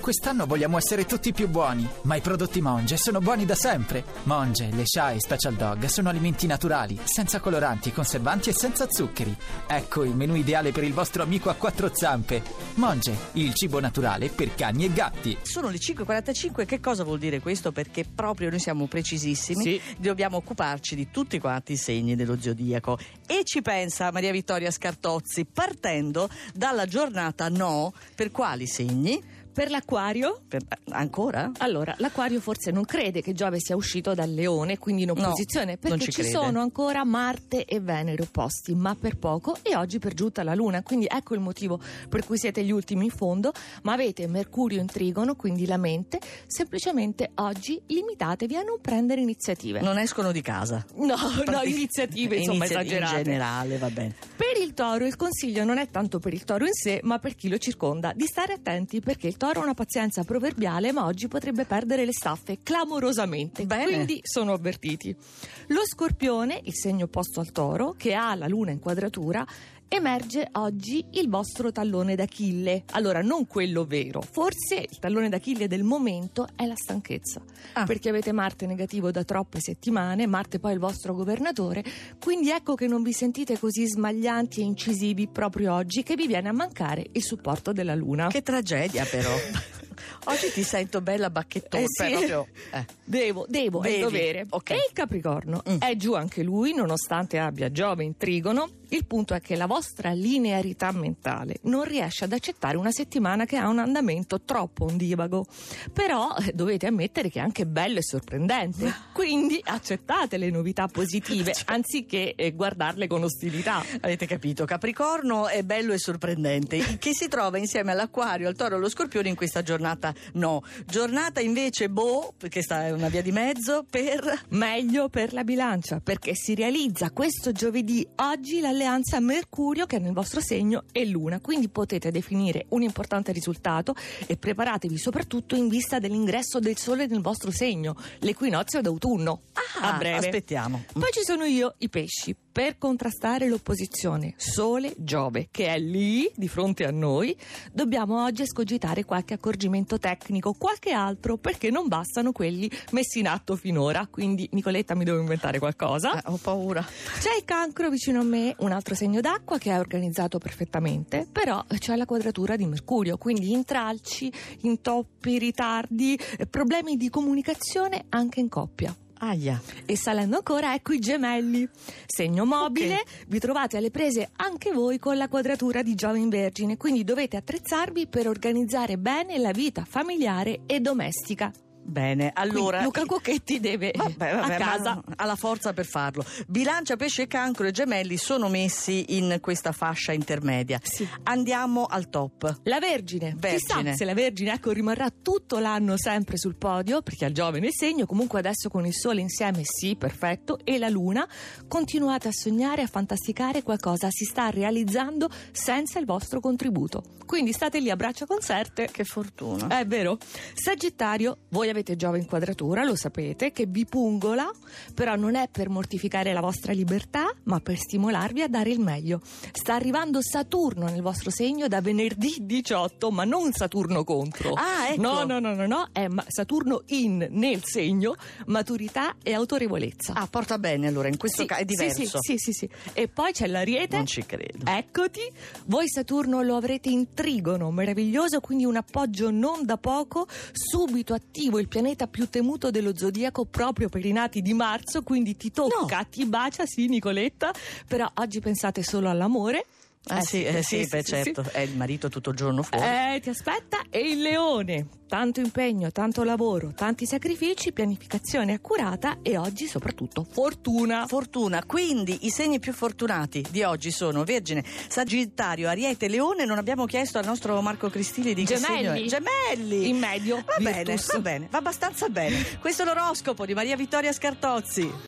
Quest'anno vogliamo essere tutti più buoni, ma i prodotti Monge sono buoni da sempre. Monge, le Sha e Special Dog sono alimenti naturali, senza coloranti, conservanti e senza zuccheri. Ecco il menù ideale per il vostro amico a quattro zampe. Monge, il cibo naturale per cani e gatti. Sono le 5:45, che cosa vuol dire questo? Perché proprio noi siamo precisissimi, Sì. Dobbiamo occuparci di tutti quanti i segni dello zodiaco. E ci pensa Maria Vittoria Scartozzi, partendo dalla giornata no, per quali segni? Per l'Acquario? Ancora? Allora, l'Acquario forse non crede che Giove sia uscito dal Leone, quindi in opposizione, non perché ci ci crede. sono ancora Marte e Venere opposti, ma per poco, e oggi per giunta la Luna, quindi ecco il motivo per cui siete gli ultimi in fondo, ma avete Mercurio in Trigono, quindi la mente, semplicemente oggi limitatevi a non prendere iniziative. Non escono di casa. No, iniziative, insomma, esagerate. In generale, va bene. Per il Toro il consiglio non è tanto per il Toro in sé, ma per chi lo circonda, di stare attenti, perché il Toro ha una pazienza proverbiale, ma oggi potrebbe perdere le staffe clamorosamente. Bene. Quindi sono avvertiti. Lo Scorpione, il segno opposto al Toro, che ha la Luna in quadratura, emerge oggi il vostro tallone d'Achille. Allora, non quello vero. Forse il tallone d'Achille del momento è la stanchezza. Perché avete Marte negativo da troppe settimane, Marte poi è il vostro governatore, quindi ecco che non vi sentite così smaglianti e incisivi proprio oggi, che vi viene a mancare il supporto della Luna. Che tragedia però. Oggi ti sento bella bacchettona. Sì. Proprio, Devo, è Devi. il dovere. Ok. E il Capricorno è giù anche lui, nonostante abbia Giove in Trigono. Il punto è che la vostra linearità mentale non riesce ad accettare una settimana che ha un andamento troppo ondivago. Però dovete ammettere che è anche bello e sorprendente. Quindi accettate le novità positive anziché guardarle con ostilità. Avete capito, Capricorno è bello e sorprendente, che si trova insieme all'Acquario, al Toro e allo Scorpione in questa giornata no. Giornata invece perché sta è una via di mezzo per... Meglio per la Bilancia, perché si realizza questo giovedì oggi l'alleanza Mercurio, che è nel vostro segno, e Luna, quindi potete definire un importante risultato e preparatevi soprattutto in vista dell'ingresso del Sole nel vostro segno, l'equinozio d'autunno a breve. Aspettiamo. Poi ci sono io, i pesci, per contrastare l'opposizione Sole-Giove, che è lì di fronte a noi. Dobbiamo oggi escogitare qualche accorgimento tecnico, qualche altro, perché non bastano quelli messi in atto finora. Quindi Nicoletta, mi devo inventare qualcosa. Ho paura. C'è il Cancro vicino a me, un altro segno d'acqua che è organizzato perfettamente, però c'è la quadratura di Mercurio, quindi intralci, intoppi, ritardi, problemi di comunicazione anche in coppia. Aia. E salendo ancora, ecco i Gemelli, segno mobile. Ok. Vi trovate alle prese anche voi con la quadratura di Giove in Vergine, quindi dovete attrezzarvi per organizzare bene la vita familiare e domestica. Bene, allora Quindi Luca Cucchetti deve Vabbè, a casa. ma ha la forza per farlo. Bilancia, Pesce, Cancro e Gemelli sono messi in questa fascia intermedia. Sì. Andiamo al top. La Vergine. Vergine. Chissà se la Vergine, ecco, rimarrà tutto l'anno sempre sul podio, perché ha il Giove nel segno. Comunque adesso con il Sole insieme, sì, perfetto, e la Luna. Continuate a sognare, a fantasticare, qualcosa si sta realizzando senza il vostro contributo. Quindi state lì a braccia conserte. Che fortuna. È vero. Sagittario, voi avete Giove in quadratura, lo sapete, che vi pungola, però non è per mortificare la vostra libertà, ma per stimolarvi a dare il meglio. Sta arrivando Saturno nel vostro segno da venerdì 18, ma non Saturno contro. Ah, ecco. No, è Saturno nel segno, maturità e autorevolezza. Ah, porta bene allora, in questo caso è diverso. Sì. E poi c'è l'Ariete. Non ci credo. Eccoti, voi Saturno lo avrete in Trigono, meraviglioso, quindi un appoggio non da poco, subito attivo il pianeta più temuto dello zodiaco proprio per i nati di marzo, quindi ti tocca, No. ti bacia, sì Nicoletta, però oggi pensate solo all'amore. Sì, certo, è il marito tutto il giorno fuori. Ti aspetta. E il Leone, tanto impegno, tanto lavoro, tanti sacrifici, pianificazione accurata e oggi soprattutto fortuna. Fortuna, quindi i segni più fortunati di oggi sono Vergine, Sagittario, Ariete, Leone. Non abbiamo chiesto al nostro Marco Cristilli di che segno è. Gemelli! In medio, Va bene, Virtus. va abbastanza bene. Questo è l'oroscopo di Maria Vittoria Scartozzi.